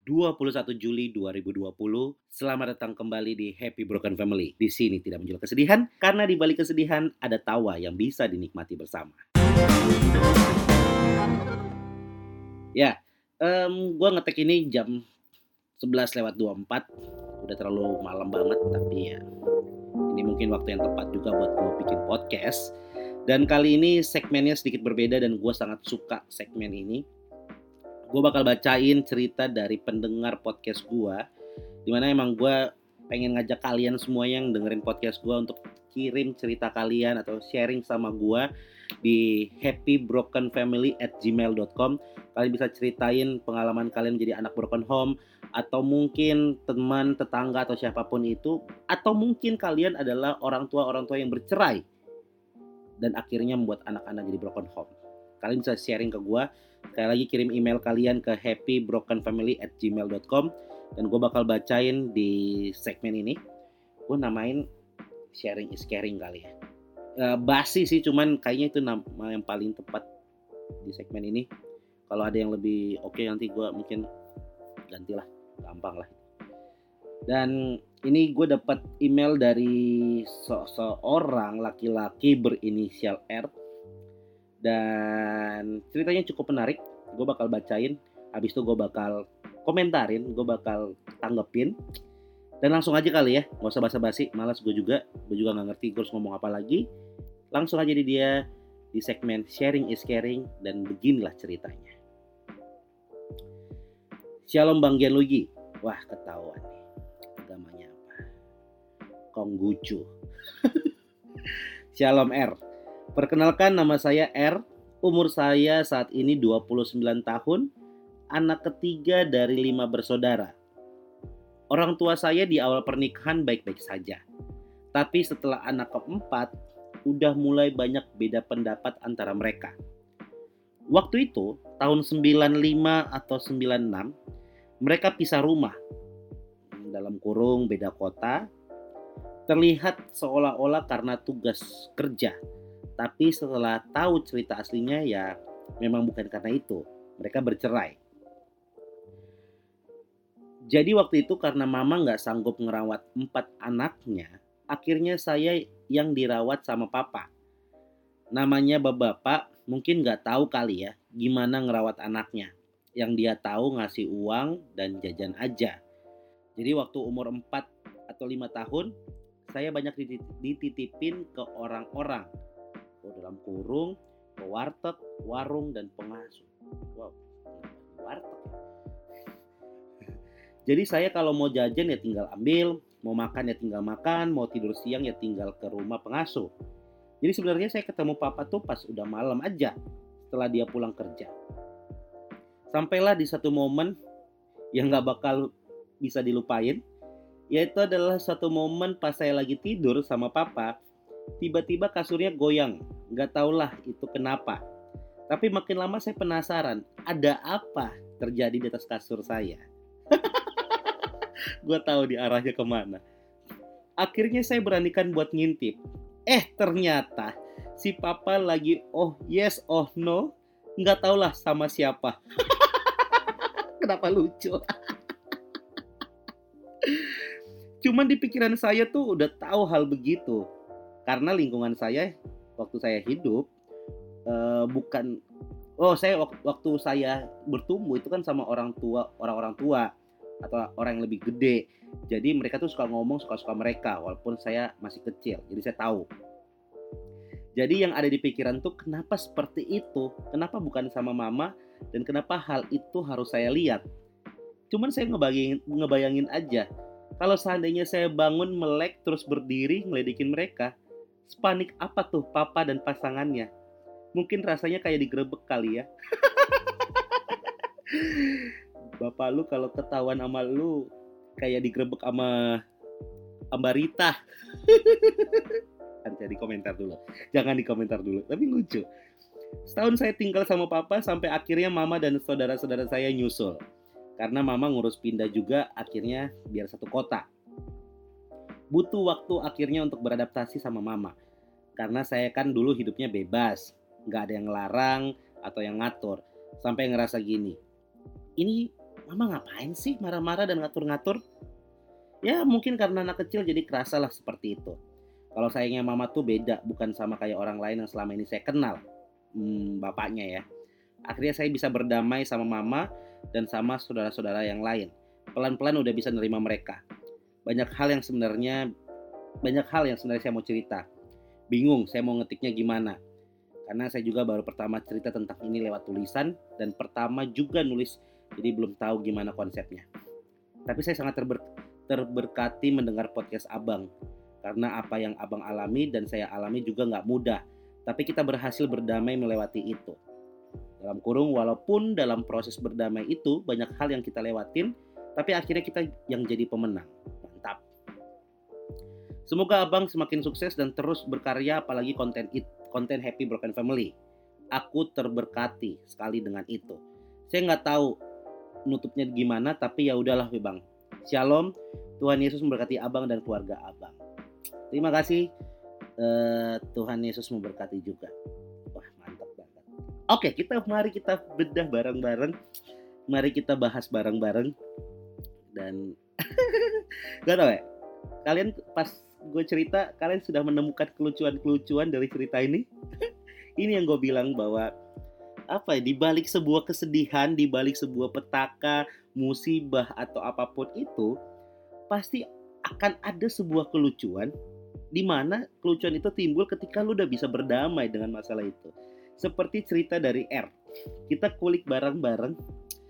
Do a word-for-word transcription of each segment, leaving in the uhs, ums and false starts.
dua puluh satu Juli dua ribu dua puluh. Selamat datang kembali di Happy Broken Family. Di sini tidak menjual kesedihan, karena di balik kesedihan ada tawa yang bisa dinikmati bersama. Ya, um, gue ngetek ini jam sebelas lewat dua puluh empat. Udah terlalu malam banget, tapi ya ini mungkin waktu yang tepat juga buat gue bikin podcast. Dan kali ini segmennya sedikit berbeda dan gue sangat suka segmen ini. Gue bakal bacain cerita dari pendengar podcast gue, dimana emang gue pengen ngajak kalian semua yang dengerin podcast gue untuk kirim cerita kalian atau sharing sama gue di happy broken family at gmail dot com. Kalian bisa ceritain pengalaman kalian menjadi anak broken home, atau mungkin teman, tetangga, atau siapapun itu, atau mungkin kalian adalah orang tua-orang tua yang bercerai dan akhirnya membuat anak-anak jadi broken home. Kalian bisa sharing ke gue. Sekali lagi kirim email kalian ke happy broken family at gmail dot com dan gue bakal bacain di segmen ini. Gue namain sharing is caring kali ya. E, basi sih, cuman kayaknya itu nama yang paling tepat di segmen ini. Kalau ada yang lebih oke okay, nanti gue mungkin gantilah, gampang lah. Dan ini gue dapat email dari seseorang laki-laki berinisial R. Dan ceritanya cukup menarik. Gue bakal bacain, habis itu gue bakal komentarin, gue bakal tanggepin. Dan langsung aja kali ya, gak usah basa-basi, malas gue juga. Gue juga gak ngerti gue harus ngomong apa lagi. Langsung aja di dia di segmen Sharing is Caring. Dan beginilah ceritanya. Shalom Bang Gianluigi. Wah, ketahuan nih agamanya apa, Konghucu. Shalom R. Perkenalkan, nama saya R, umur saya saat ini dua puluh sembilan tahun, anak ketiga dari lima bersaudara. Orang tua saya di awal pernikahan baik-baik saja, tapi setelah anak keempat, udah mulai banyak beda pendapat antara mereka. Waktu itu, tahun sembilan puluh lima atau sembilan puluh enam, mereka pisah rumah, dalam kurung beda kota, terlihat seolah-olah karena tugas kerja. Tapi setelah tahu cerita aslinya ya memang bukan karena itu. Mereka bercerai. Jadi waktu itu karena mama gak sanggup ngerawat empat anaknya, akhirnya saya yang dirawat sama papa. Namanya bapak mungkin gak tahu kali ya gimana ngerawat anaknya. Yang dia tahu ngasih uang dan jajan aja. Jadi waktu umur empat atau lima tahun, saya banyak dititipin ke orang-orang. Dalam kurung, ke warteg, warung, dan pengasuh. Wow, warteg. Jadi saya kalau mau jajan ya tinggal ambil, mau makan ya tinggal makan, mau tidur siang ya tinggal ke rumah pengasuh. Jadi sebenarnya saya ketemu papa tuh pas udah malam aja, setelah dia pulang kerja. Sampailah di satu momen yang gak bakal bisa dilupain, yaitu adalah satu momen pas saya lagi tidur sama papa. Tiba-tiba kasurnya goyang, gak taulah itu kenapa. Tapi makin lama saya penasaran, ada apa terjadi di atas kasur saya. Gue tahu di arahnya kemana. Akhirnya saya beranikan buat ngintip. Eh ternyata si papa lagi oh yes oh no, gak taulah sama siapa. Kenapa lucu? Cuman di pikiran saya tuh udah tahu hal begitu. Karena lingkungan saya waktu saya hidup uh, bukan oh saya waktu saya bertumbuh itu kan sama orang tua orang-orang tua atau orang yang lebih gede. Jadi mereka tuh suka ngomong suka-suka mereka walaupun saya masih kecil. Jadi saya tahu. Jadi yang ada di pikiran tuh kenapa seperti itu? Kenapa bukan sama mama dan kenapa hal itu harus saya lihat? Cuman saya ngebayangin, ngebayangin aja kalau seandainya saya bangun melek terus berdiri ngeledekin mereka. Sepanik apa tuh papa dan pasangannya? Mungkin rasanya kayak digerebek kali ya. Bapak lu kalau ketahuan sama lu kayak digerebek sama Ambarita. Nanti di komentar dulu. Jangan di komentar dulu, tapi lucu. Setahun saya tinggal sama papa sampai akhirnya mama dan saudara-saudara saya nyusul. Karena mama ngurus pindah juga akhirnya biar satu kota. Butuh waktu akhirnya untuk beradaptasi sama mama. Karena saya kan dulu hidupnya bebas. Gak ada yang ngelarang atau yang ngatur. Sampai ngerasa gini. Ini Mama ngapain sih marah-marah dan ngatur-ngatur? Ya mungkin karena anak kecil jadi kerasa lah seperti itu. Kalau sayangnya mama tuh beda, bukan sama kayak orang lain yang selama ini saya kenal. Hmm, bapaknya ya. Akhirnya saya bisa berdamai sama mama dan sama saudara-saudara yang lain. Pelan-pelan udah bisa nerima mereka. Banyak hal yang sebenarnya banyak hal yang sebenarnya saya mau cerita. Bingung saya mau ngetiknya gimana. Karena saya juga baru pertama cerita tentang ini lewat tulisan dan pertama juga nulis, jadi belum tahu gimana konsepnya. Tapi saya sangat terber, terberkati mendengar podcast Abang. Karena apa yang Abang alami dan saya alami juga nggak mudah. Tapi kita berhasil berdamai melewati itu. Dalam kurung, walaupun dalam proses berdamai itu banyak hal yang kita lewatin, tapi akhirnya kita yang jadi pemenang. Mantap. Semoga Abang semakin sukses dan terus berkarya, apalagi konten it, konten Happy Broken Family. Aku terberkati sekali dengan itu. Saya nggak tahu nutupnya gimana, tapi ya udahlah Bang. Shalom, Tuhan Yesus memberkati Abang dan keluarga Abang. Terima kasih, uh, Tuhan Yesus memberkati juga. Wah mantap banget. Oke, kita mari kita bedah bareng-bareng. Mari kita bahas bareng-bareng. Dan gak tau ya, kalian pas gue cerita, kalian sudah menemukan kelucuan-kelucuan dari cerita ini. Ini yang gue bilang bahwa apa ya, di balik sebuah kesedihan, di balik sebuah petaka, musibah atau apapun itu, pasti akan ada sebuah kelucuan, di mana kelucuan itu timbul ketika lu udah bisa berdamai dengan masalah itu. Seperti cerita dari R. Kita kulik bareng-bareng.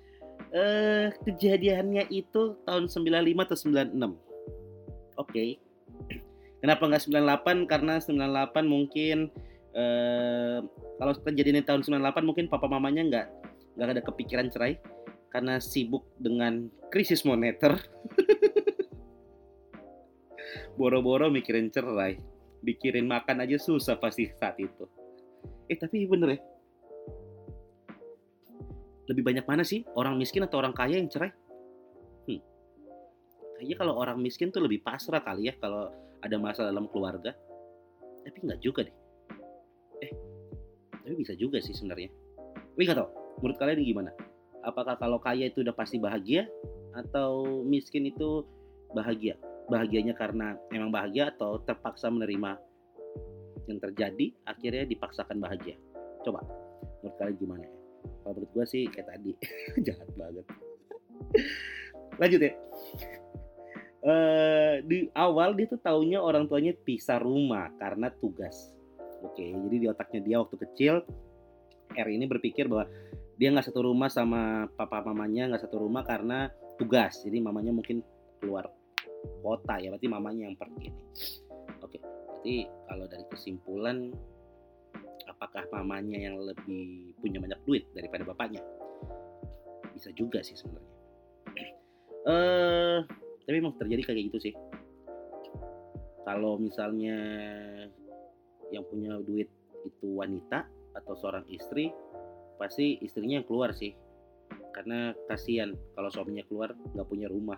Eh, kejadiannya itu tahun sembilan puluh lima atau sembilan puluh enam. Oke. Okay. Kenapa nggak sembilan puluh delapan? Karena sembilan puluh delapan mungkin eh, kalau kejadian tahun sembilan puluh delapan mungkin papa mamanya nggak nggak ada kepikiran cerai karena sibuk dengan krisis moneter. Boro-boro mikirin cerai, mikirin makan aja susah pasti saat itu. Eh tapi bener ya, lebih banyak mana sih orang miskin atau orang kaya yang cerai? Hmm. Kayaknya kalau orang miskin tuh lebih pasrah kali ya kalau ada masalah dalam keluarga. Tapi nggak juga deh. Eh, tapi bisa juga sih sebenarnya. Wih nggak tau, menurut kalian gimana? Apakah kalau kaya itu udah pasti bahagia atau miskin itu bahagia? Bahagianya karena emang bahagia atau terpaksa menerima yang terjadi akhirnya dipaksakan bahagia? Coba, menurut kalian gimana ya? Kalau menurut gue sih kayak tadi, jahat banget. Lanjut ya. Uh, di awal dia tuh taunya orang tuanya pisah rumah karena tugas. Oke, jadi di otaknya dia waktu kecil, R ini berpikir bahwa dia nggak satu rumah sama papa mamanya, nggak satu rumah karena tugas. Jadi mamanya mungkin keluar kota ya, berarti mamanya yang pergi. Oke, berarti kalau dari kesimpulan, apakah mamanya yang lebih punya banyak duit daripada bapaknya? Bisa juga sih sebenarnya. Eh uh, Tapi emang terjadi kayak gitu sih. Kalau misalnya yang punya duit itu wanita atau seorang istri, pasti istrinya yang keluar sih. Karena kasihan kalau suaminya keluar nggak punya rumah.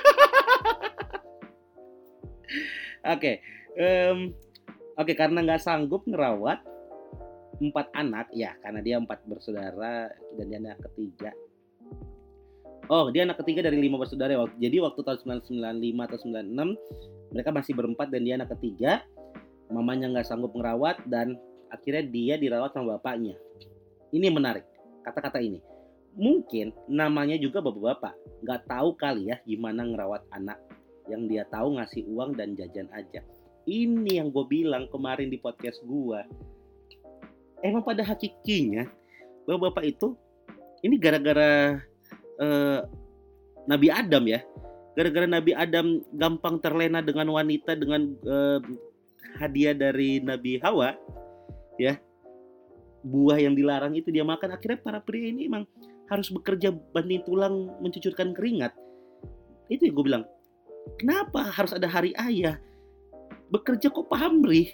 Oke, okay. um, Oke okay, karena nggak sanggup ngerawat empat anak, ya karena dia empat bersaudara dan dia anak ketiga. Oh, dia anak ketiga dari lima bersaudara. Jadi waktu tahun sembilan puluh sembilan lima atau sembilan puluh enam mereka masih berempat dan dia anak ketiga. Mamanya nggak sanggup ngerawat dan akhirnya dia dirawat sama bapaknya. Ini menarik kata-kata ini. Mungkin namanya juga bapak-bapak nggak tahu kali ya gimana ngerawat anak. Yang dia tahu ngasih uang dan jajan aja. Ini yang gue bilang kemarin di podcast gue. Emang pada hakikinya bapak-bapak itu ini gara-gara Uh, Nabi Adam ya, gara-gara Nabi Adam gampang terlena dengan wanita dengan uh, hadiah dari Nabi Hawa ya, buah yang dilarang itu dia makan, akhirnya para pria ini emang harus bekerja banting tulang mencucurkan keringat. Itu yang gue bilang, kenapa harus ada hari ayah? Bekerja kok pamrih.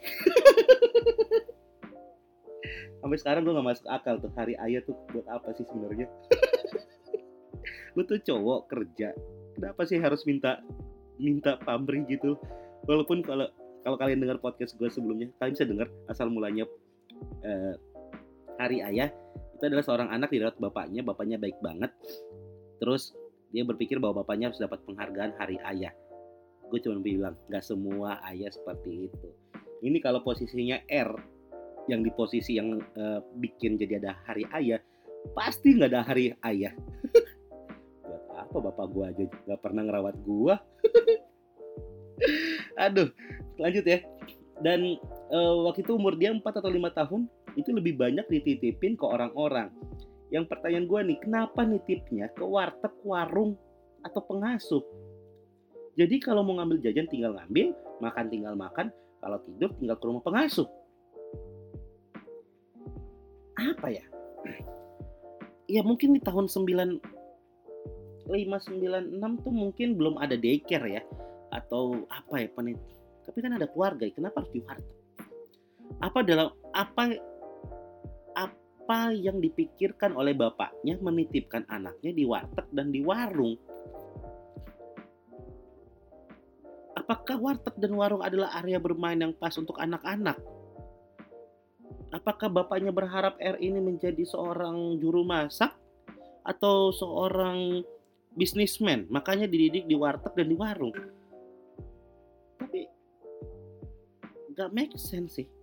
Sampai sekarang gue gak masuk akal tuh hari ayah tuh buat apa sih sebenarnya. Gue tuh cowok kerja, kenapa sih harus minta minta pamrih gitu? Walaupun kalau kalau kalian dengar podcast gue sebelumnya, kalian bisa dengar asal mulanya eh, hari ayah itu adalah seorang anak dirawat bapaknya, bapaknya baik banget. Terus Dia berpikir bahwa bapaknya harus dapat penghargaan hari ayah. Gue cuma bilang, gak semua ayah seperti itu. Ini kalau posisinya R, yang di posisi yang uh, bikin jadi ada hari ayah, pasti gak ada hari ayah. Buat apa bapak gue aja gak pernah ngerawat gue. Aduh, lanjut ya. Dan uh, waktu itu umur dia empat atau lima tahun, itu lebih banyak dititipin ke orang-orang. Yang pertanyaan gue nih, kenapa nitipnya ke warteg, warung, atau pengasuh? Jadi kalau mau ngambil jajan tinggal ngambil, makan tinggal makan, kalau tidur tinggal ke rumah pengasuh. Apa ya? Ya mungkin di tahun sembilan lima sembilan enam tuh mungkin belum ada daycare ya, atau apa ya penit. Tapi kan ada keluarga, kenapa harus di warteg? Apa dalam apa apa yang dipikirkan oleh bapaknya menitipkan anaknya di warteg dan di warung? Apakah warteg dan warung adalah area bermain yang pas untuk anak-anak? Apakah bapaknya berharap R ini menjadi seorang juru masak atau seorang bisnismen, makanya dididik di warteg dan di warung? Tapi gak make sense sih.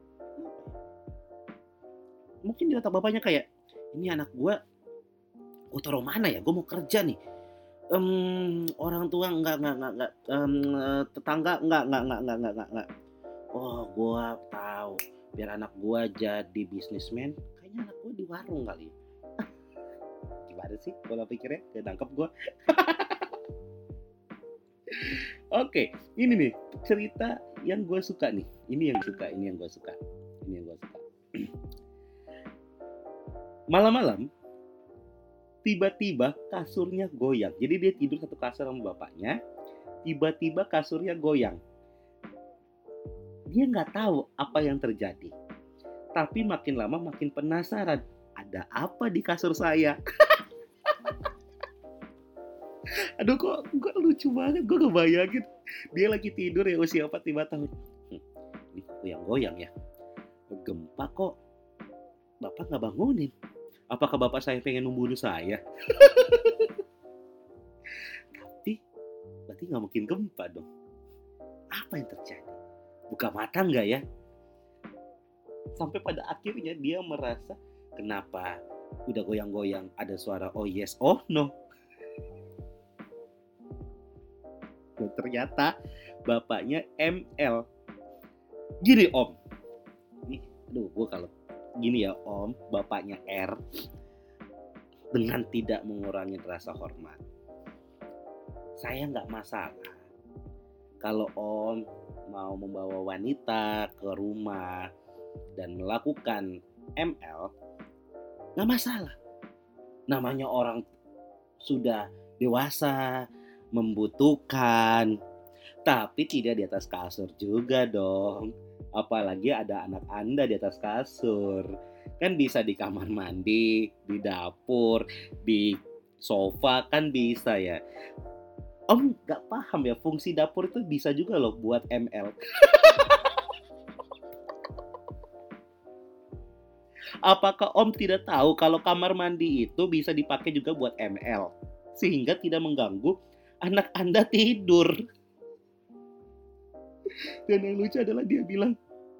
Mungkin di otak bapaknya kayak, ini anak gue, gue taruh mana ya? Gue mau kerja nih. Um, orang tua enggak enggak enggak, enggak. Um, tetangga enggak enggak enggak enggak enggak enggak. Oh, gue tahu. Biar anak gue jadi bisnismen, kayaknya anak gue di warung kali. Gimana sih? Kalau pikirnya, gak nangkep gue. Oke, ini nih cerita yang gue suka nih. Ini yang suka, ini yang gue suka, ini yang gue suka. Malam-malam, tiba-tiba kasurnya goyang. Jadi dia tidur satu kasur sama bapaknya, tiba-tiba kasurnya goyang. Dia nggak tahu apa yang terjadi. Tapi makin lama makin penasaran. Ada apa di kasur saya? Aduh kok, kok lucu banget. Gue ngebayangin. Dia lagi tidur ya usia empat puluh lima tahun. Hmm, ini kok goyang-goyang ya? Gempa kok. Bapak nggak bangunin. Apakah bapak saya pengen membunuh saya? Tapi berarti nggak mungkin gempa dong. Apa yang terjadi? Buka mata nggak ya? Sampai pada akhirnya dia merasa kenapa udah goyang-goyang ada suara oh yes oh no. Dan ternyata bapaknya M L. Gini om, nih, aduh gue kalau gini ya om, bapaknya R, dengan tidak mengurangi rasa hormat, saya nggak masalah kalau om mau membawa wanita ke rumah dan melakukan M L, nggak masalah. Namanya orang sudah dewasa, membutuhkan, tapi tidak di atas kasur juga dong. Apalagi ada anak Anda di atas kasur. Kan bisa di kamar mandi, di dapur, di sofa, kan bisa ya. Om gak paham ya, fungsi dapur itu bisa juga loh buat M L. Apakah Om tidak tahu kalau kamar mandi itu bisa dipakai juga buat M L? Sehingga tidak mengganggu anak Anda tidur. Dan yang lucu adalah dia bilang,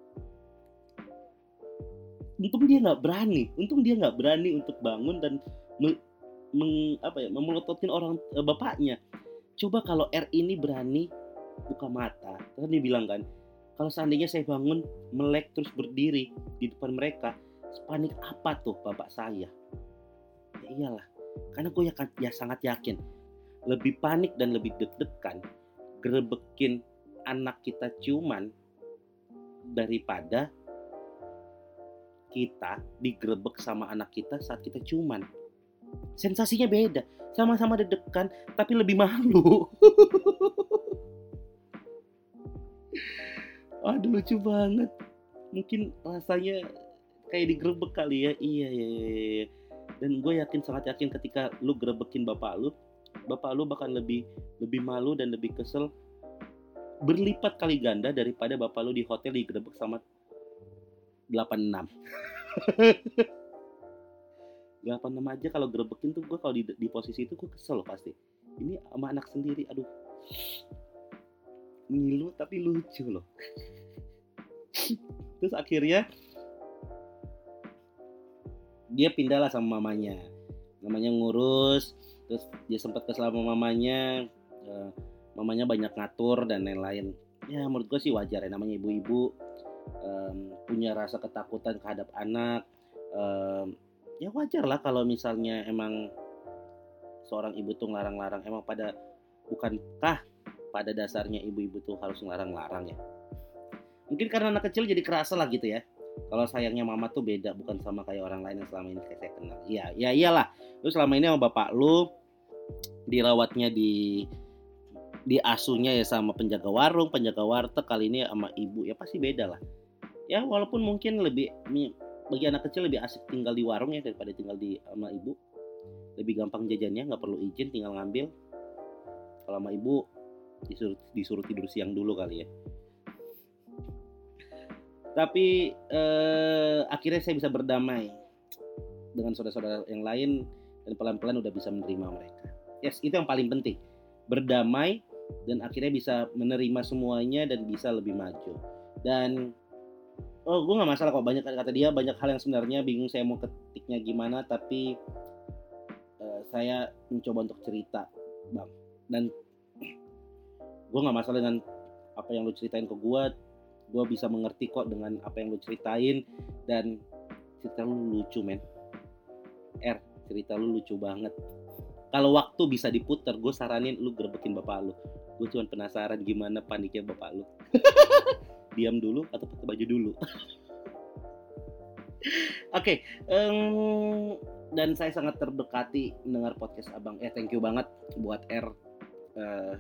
untung dia nggak berani, untung dia nggak berani untuk bangun dan meng, meng, apa ya, memelototin orang eh, bapaknya. Coba kalau R ini berani buka mata, kan dia bilang kan, kalau seandainya saya bangun melek terus berdiri di depan mereka, sepanik apa tuh bapak saya? Ya iyalah, karena gue ya, ya sangat yakin, lebih panik dan lebih deg-degan gerebekin anak kita ciuman daripada kita digerebek sama anak kita saat kita ciuman. Sensasinya beda, sama-sama deg-degan tapi lebih malu. Aduh lucu banget. Mungkin rasanya kayak digerebek kali ya. Iya iya iya. Dan gue yakin, sangat yakin ketika lu gerebekin bapak lu, bapak lu bakal lebih lebih malu dan lebih kesel berlipat kali ganda daripada bapak lu di hotel digerebek sama delapan enam. delapan enam aja kalau grebekin tuh gue kalau di, di posisi itu gue kesel loh pasti. Ini sama anak sendiri, aduh. Ngilu tapi lucu loh. Terus akhirnya dia pindah lah sama mamanya. Mamanya ngurus, terus dia sempat kesel sama mamanya. Uh, mamanya banyak ngatur dan lain-lain. Ya menurut gue sih wajar ya, namanya ibu-ibu um, punya rasa ketakutan terhadap anak. Um, ya wajar lah kalau misalnya emang seorang ibu tuh ngelarang-larang. Emang pada bukankah pada dasarnya ibu-ibu tuh harus ngelarang-larang ya? Mungkin karena anak kecil jadi kerasa lah gitu ya. Kalau sayangnya mama tuh beda, bukan sama kayak orang lain yang selama ini kayak saya kenal. Iya, ya iyalah. Lu selama ini sama bapak lu dirawatnya di diasuhnya ya sama penjaga warung, penjaga warteg, kali ini sama ibu ya pasti beda lah. Ya walaupun mungkin lebih bagi anak kecil lebih asik tinggal di warung ya daripada tinggal di sama ibu. Lebih gampang jajannya, nggak perlu izin, tinggal ngambil. Kalau sama ibu disuruh disuruh tidur siang dulu kali ya. Tapi eh, akhirnya saya bisa berdamai dengan saudara-saudara yang lain dan pelan-pelan udah bisa menerima mereka. Yes, itu yang paling penting. Berdamai dan akhirnya bisa menerima semuanya dan bisa lebih maju. Dan oh, gue nggak masalah kok, banyak kata dia banyak hal yang sebenarnya bingung saya mau ketiknya gimana, tapi uh, saya mencoba untuk cerita, bang. Dan gue nggak masalah dengan apa yang lu ceritain ke gue, gue bisa mengerti kok dengan apa yang lu ceritain, dan cerita lu lucu men, R, cerita lu lucu banget. Kalau waktu bisa diputar, gue saranin lu grebekin bapak lu. Gue cuma penasaran gimana paniknya bapak lu. Diam dulu atau pakai baju dulu. Oke, okay, um, dan saya sangat terberkati mendengar podcast abang. Eh, thank you banget buat R. Uh,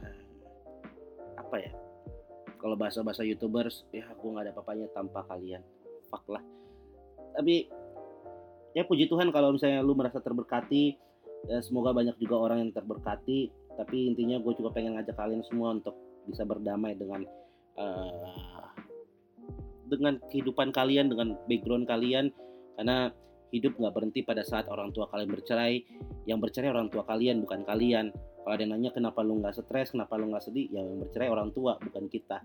apa ya? Kalau bahasa-bahasa YouTubers, ya gue nggak ada apa-apanya tanpa kalian. Fuck lah. Tapi ya puji Tuhan kalau misalnya lu merasa terberkati. Ya, semoga banyak juga orang yang terberkati. Tapi intinya gue juga pengen ngajak kalian semua untuk bisa berdamai dengan uh, dengan kehidupan kalian, dengan background kalian, karena hidup nggak berhenti pada saat orang tua kalian bercerai. Yang bercerai orang tua kalian, bukan kalian. Kalau ada yang nanya kenapa lu nggak stres, kenapa lu nggak sedih, ya yang bercerai orang tua, bukan kita.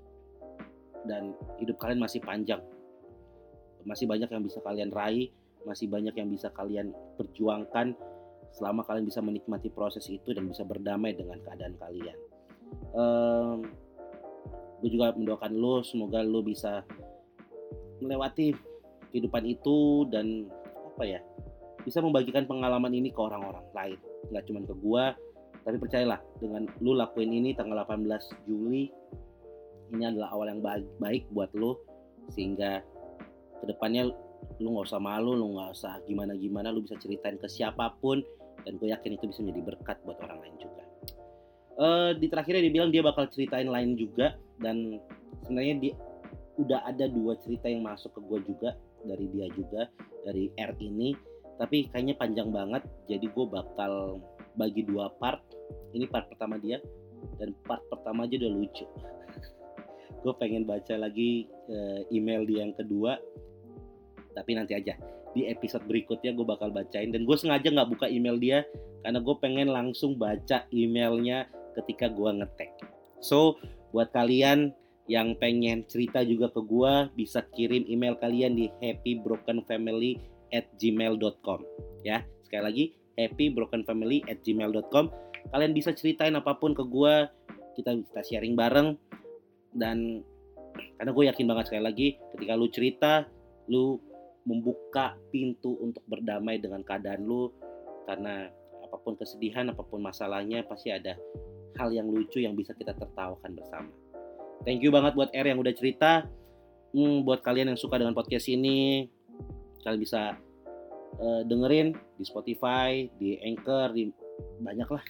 Dan hidup kalian masih panjang, masih banyak yang bisa kalian raih, masih banyak yang bisa kalian perjuangkan selama kalian bisa menikmati proses itu dan bisa berdamai dengan keadaan kalian. Um, gue juga mendoakan lo, semoga lo bisa melewati kehidupan itu dan apa ya, bisa membagikan pengalaman ini ke orang-orang lain, nggak cuma ke gue. Tapi percayalah, dengan lo lakuin ini tanggal delapan belas Juli, ini adalah awal yang baik, baik buat lo, sehingga kedepannya lo nggak usah malu, lo nggak usah gimana-gimana, lo bisa ceritain ke siapapun, dan gue yakin itu bisa menjadi berkat buat orang lain juga. Uh, di terakhirnya dia bilang dia bakal ceritain lain juga, dan sebenarnya dia udah ada dua cerita yang masuk ke gue juga dari dia juga, dari R ini, tapi kayaknya panjang banget, jadi gue bakal bagi dua part. Ini part pertama dia, dan part pertama aja udah lucu. Gue pengen baca lagi uh, email dia yang kedua, tapi nanti aja di episode berikutnya gue bakal bacain. Dan gue sengaja nggak buka email dia karena gue pengen langsung baca emailnya ketika gue ngetek. So buat kalian yang pengen cerita juga ke gue, bisa kirim email kalian di happy broken family at gmail dot com ya. Sekali lagi, happy broken family at gmail dot com. Kalian bisa ceritain apapun ke gue, kita kita sharing bareng. Dan karena gue yakin banget, sekali lagi, ketika lu cerita, lu membuka pintu untuk berdamai dengan keadaan lu. Karena apapun kesedihan, apapun masalahnya, pasti ada hal yang lucu yang bisa kita tertawakan bersama. Thank you banget buat R yang udah cerita. Hmm, buat kalian yang suka dengan podcast ini, kalian bisa uh, dengerin di Spotify, di Anchor, di banyak lah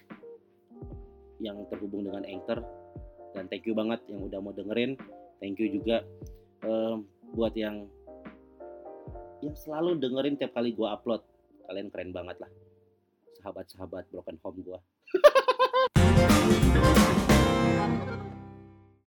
yang terhubung dengan Anchor. Dan thank you banget yang udah mau dengerin. Thank you juga uh, buat yang yang selalu dengerin tiap kali gue upload. Kalian keren banget lah, sahabat-sahabat Broken Home gue.